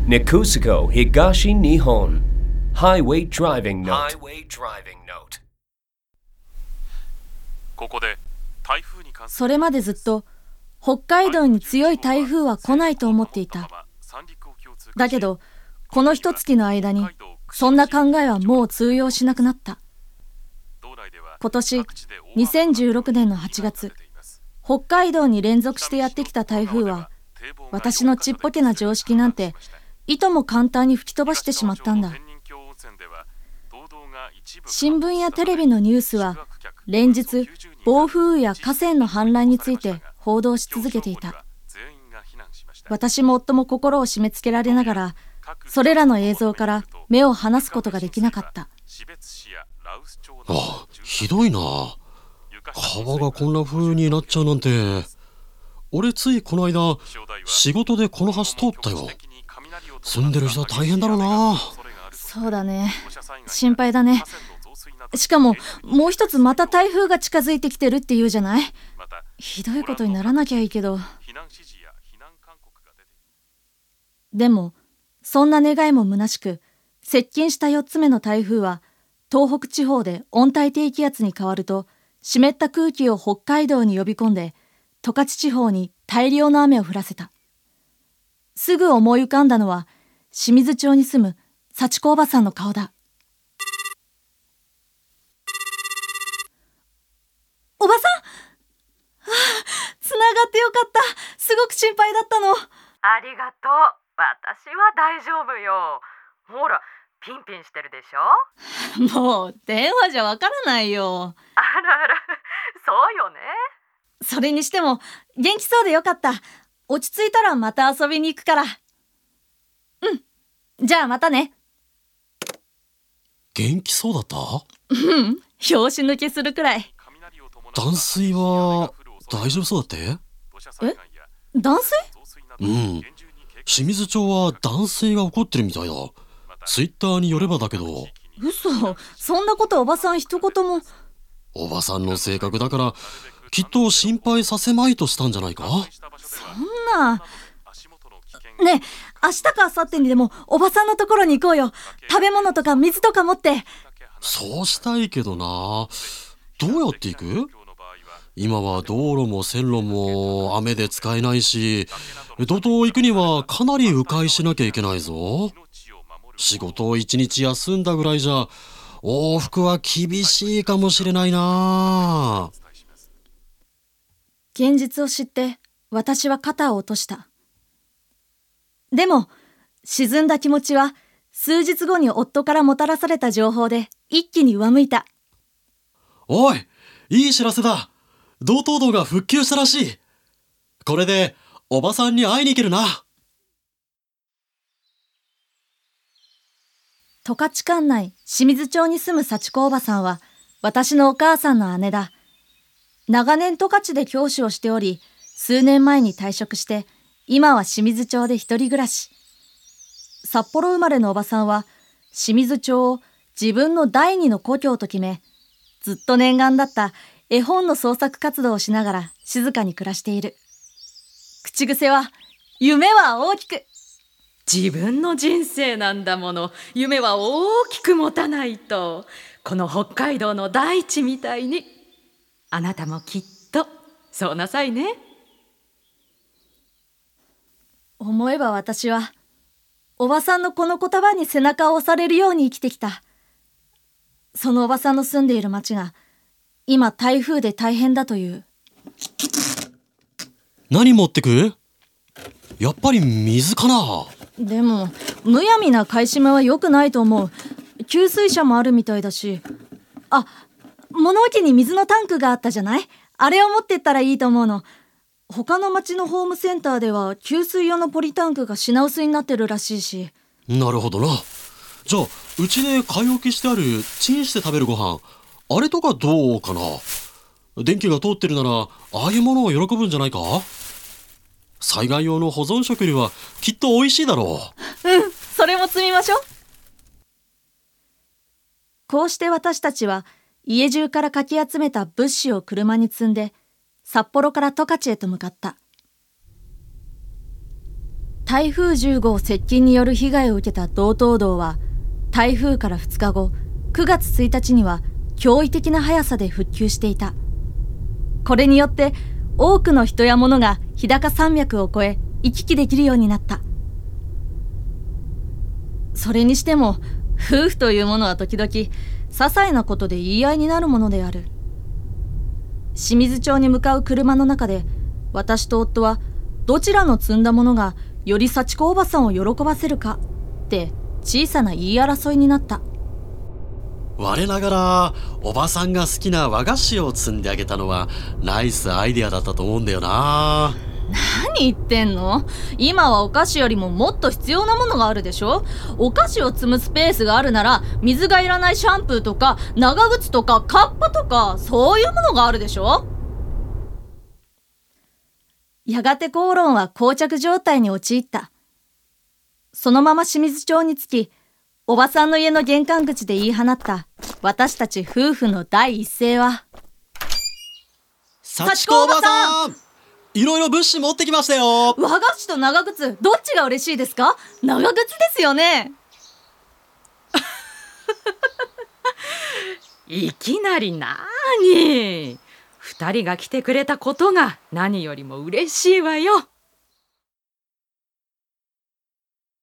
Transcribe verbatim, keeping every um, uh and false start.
Nikusuko Higashi Nihon Highway Driving Note ここで台風に関するそれまでずっと北海道に強い台風は来ないと思っていた。だけどこの一月の間にそんな考えはもう通用しなくなった。今年にせんじゅうろくねんのはちがつ、北海道に連続してやってきた台風は私のちっぽけな常識なんていとも簡単に吹き飛ばしてしまったんだ。新聞やテレビのニュースは連日暴風雨や河川の氾濫について報道し続けていた。私も夫も心を締め付けられながらそれらの映像から目を離すことができなかった。 あ、ひどいな。川がこんな風になっちゃうなんて。俺ついこの間仕事でこの橋通ったよ。住んでる人は大変だろうな。 そうだね、心配だね。しかももう一つまた台風が近づいてきてるっていうじゃない。ひどいことにならなきゃいいけど。でもそんな願いも虚しく、接近したよっつめの台風は東北地方で温帯低気圧に変わると湿った空気を北海道に呼び込んで十勝地方に大量の雨を降らせた。すぐ思い浮かんだのは清水町に住む幸子おばさんの顔だ。おばさん、ああ、つながってよかった。すごく心配だったの。 ありがとう。私は大丈夫よ。ほら、ピンピンしてるでしょ。もう電話じゃわからないよ。 あらあら、そうよね。 それにしても元気そうでよかった。落ち着いたらまた遊びに行くから。うん、じゃあまたね。 元気そうだった？ うん、拍子抜けするくらい。 断水は大丈夫そうだって？ え？断水？ うん、清水町は断水が起こってるみたいだ。ツイッターによればだけど。 嘘、そんなことおばさん一言も。 おばさんの性格だからきっと心配させまいとしたんじゃないか。 そんな。ねえ、明日か明後日にでもおばさんのところに行こうよ。食べ物とか水とか持って。 そうしたいけどな。どうやって行く？今は道路も線路も雨で使えないし、道東行くにはかなり迂回しなきゃいけないぞ。仕事を一日休んだぐらいじゃ往復は厳しいかもしれないな。 現実を知って私は肩を落とした。でも沈んだ気持ちは数日後に夫からもたらされた情報で一気に上向いた。 おい、いい知らせだ。道東道が復旧したらしい。これでおばさんに会いに行けるな。 十勝管内清水町に住む幸子おばさんは私のお母さんの姉だ。長年十勝で教師をしており、数年前に退職して今は清水町で一人暮らし。札幌生まれのおばさんは清水町を自分の第二の故郷と決め、ずっと念願だった絵本の創作活動をしながら静かに暮らしている。口癖は夢は大きく。 自分の人生なんだもの。夢は大きく持たないと。この北海道の大地みたいに。あなたもきっとそうなさいね。 思えば私はおばさんのこの言葉に背中を押されるように生きてきた。そのおばさんの住んでいる町が今台風で大変だという。 何持ってく？やっぱり水かな。 でもむやみな買い占めは良くないと思う。給水車もあるみたいだし。あ、物置に水のタンクがあったじゃない。あれを持ってったらいいと思うの。他の町のホームセンターでは給水用のポリタンクが品薄になってるらしいし。 なるほどな。じゃあうちで買い置きしてあるチンして食べるご飯、あれとかどうかな。電気が通ってるならああいうものを喜ぶんじゃないか。災害用の保存食よりはきっと美味しいだろう。うん、それも積みましょう。こうして私たちは家中からかき集めた物資を車に積んで札幌から十勝へと向かった。 台風じゅうごう接近による被害を受けた道東道は、台風からふつかご、くがつついたちには驚異的な速さで復旧していた。これによって多くの人や物が日高山脈を越え行き来できるようになった。それにしても夫婦というものは時々些細なことで言い合いになるものである。清水町に向かう車の中で、私と夫はどちらの積んだものがより幸子おばさんを喜ばせるかって小さな言い争いになった。 我ながらおばさんが好きな和菓子を積んであげたのはナイスアイデアだったと思うんだよな。 何言ってんの？今はお菓子よりももっと必要なものがあるでしょ。お菓子を積むスペースがあるなら、水がいらないシャンプーとか長靴とかカッパとか、そういうものがあるでしょ。やがて口論は膠着状態に陥った。そのまま清水町に着き、おばさんの家の玄関口で言い放った私たち夫婦の第一声は、 幸子おばさん、いろいろ物資持ってきましたよ。 和菓子と長靴、どっちが嬉しいですか？長靴ですよね。 いきなりなーに、二人が来てくれたことが何よりも嬉しいわよ。